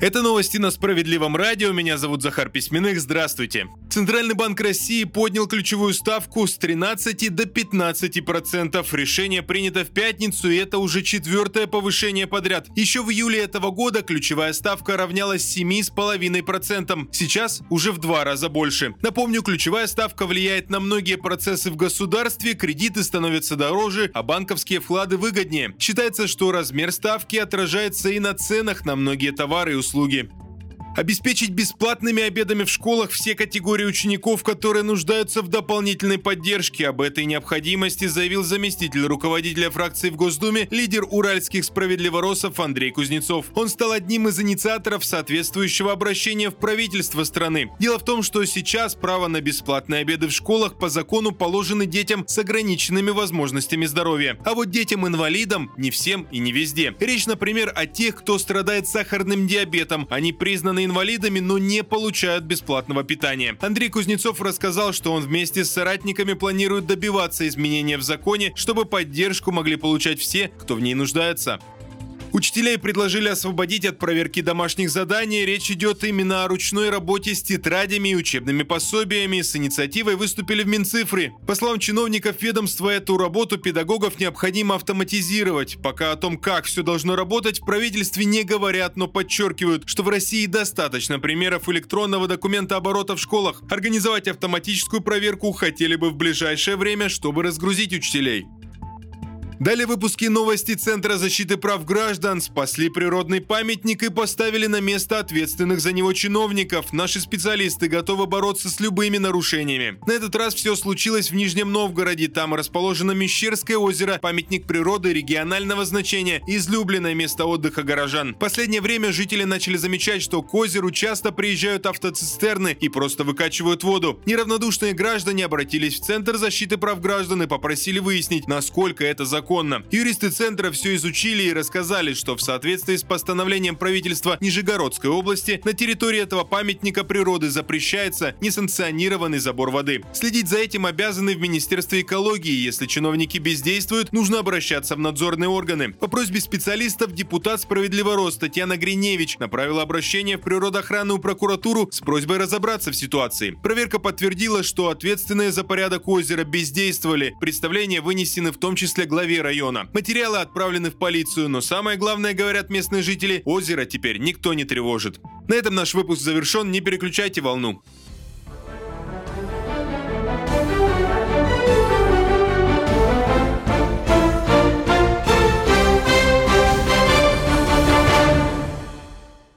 Это новости на Справедливом радио. Меня зовут Захар Письменных. Здравствуйте. Центральный банк России поднял ключевую ставку с 13 до 15%. Решение принято в пятницу, и это уже 4-е повышение подряд. Еще в июле этого года ключевая ставка равнялась 7,5%. Сейчас уже в 2 раза больше. Напомню, ключевая ставка влияет на многие процессы в государстве, кредиты становятся дороже, а банковские вклады выгоднее. Считается, что размер ставки отражается и на ценах на многие товары и услуги. Обеспечить бесплатными обедами в школах все категории учеников, которые нуждаются в дополнительной поддержке. Об этой необходимости заявил заместитель руководителя фракции в Госдуме, лидер уральских справедливоросов Андрей Кузнецов. Он стал одним из инициаторов соответствующего обращения в правительство страны. Дело в том, что сейчас право на бесплатные обеды в школах по закону положены детям с ограниченными возможностями здоровья. А вот детям-инвалидам не всем и не везде. Речь, например, о тех, кто страдает сахарным диабетом. Они признаны инвалидами, но не получают бесплатного питания. Андрей Кузнецов рассказал, что он вместе с соратниками планирует добиваться изменения в законе, чтобы поддержку могли получать все, кто в ней нуждается. Учителей предложили освободить от проверки домашних заданий. Речь идет именно о ручной работе с тетрадями и учебными пособиями. С инициативой выступили в Минцифры. По словам чиновников ведомства, эту работу педагогов необходимо автоматизировать. Пока о том, как все должно работать, в правительстве не говорят, но подчеркивают, что в России достаточно примеров электронного документооборота в школах. Организовать автоматическую проверку хотели бы в ближайшее время, чтобы разгрузить учителей. Далее выпуски новости Центра защиты прав граждан. Спасли природный памятник и поставили на место ответственных за него чиновников. Наши специалисты готовы бороться с любыми нарушениями. На этот раз все случилось в Нижнем Новгороде. Там расположено Мещерское озеро, памятник природы регионального значения, излюбленное место отдыха горожан. В последнее время жители начали замечать, что к озеру часто приезжают автоцистерны и просто выкачивают воду. Неравнодушные граждане обратились в Центр защиты прав граждан и попросили выяснить, насколько это законно. Юристы Центра все изучили и рассказали, что в соответствии с постановлением правительства Нижегородской области на территории этого памятника природы запрещается несанкционированный забор воды. Следить за этим обязаны в Министерстве экологии. Если чиновники бездействуют, нужно обращаться в надзорные органы. По просьбе специалистов депутат Справедливорос Татьяна Гриневич направила обращение в природоохранную прокуратуру с просьбой разобраться в ситуации. Проверка подтвердила, что ответственные за порядок озера бездействовали. Представления вынесены в том числе главе района. Материалы отправлены в полицию, но самое главное, говорят местные жители, озеро теперь никто не тревожит. На этом наш выпуск завершен, не переключайте волну.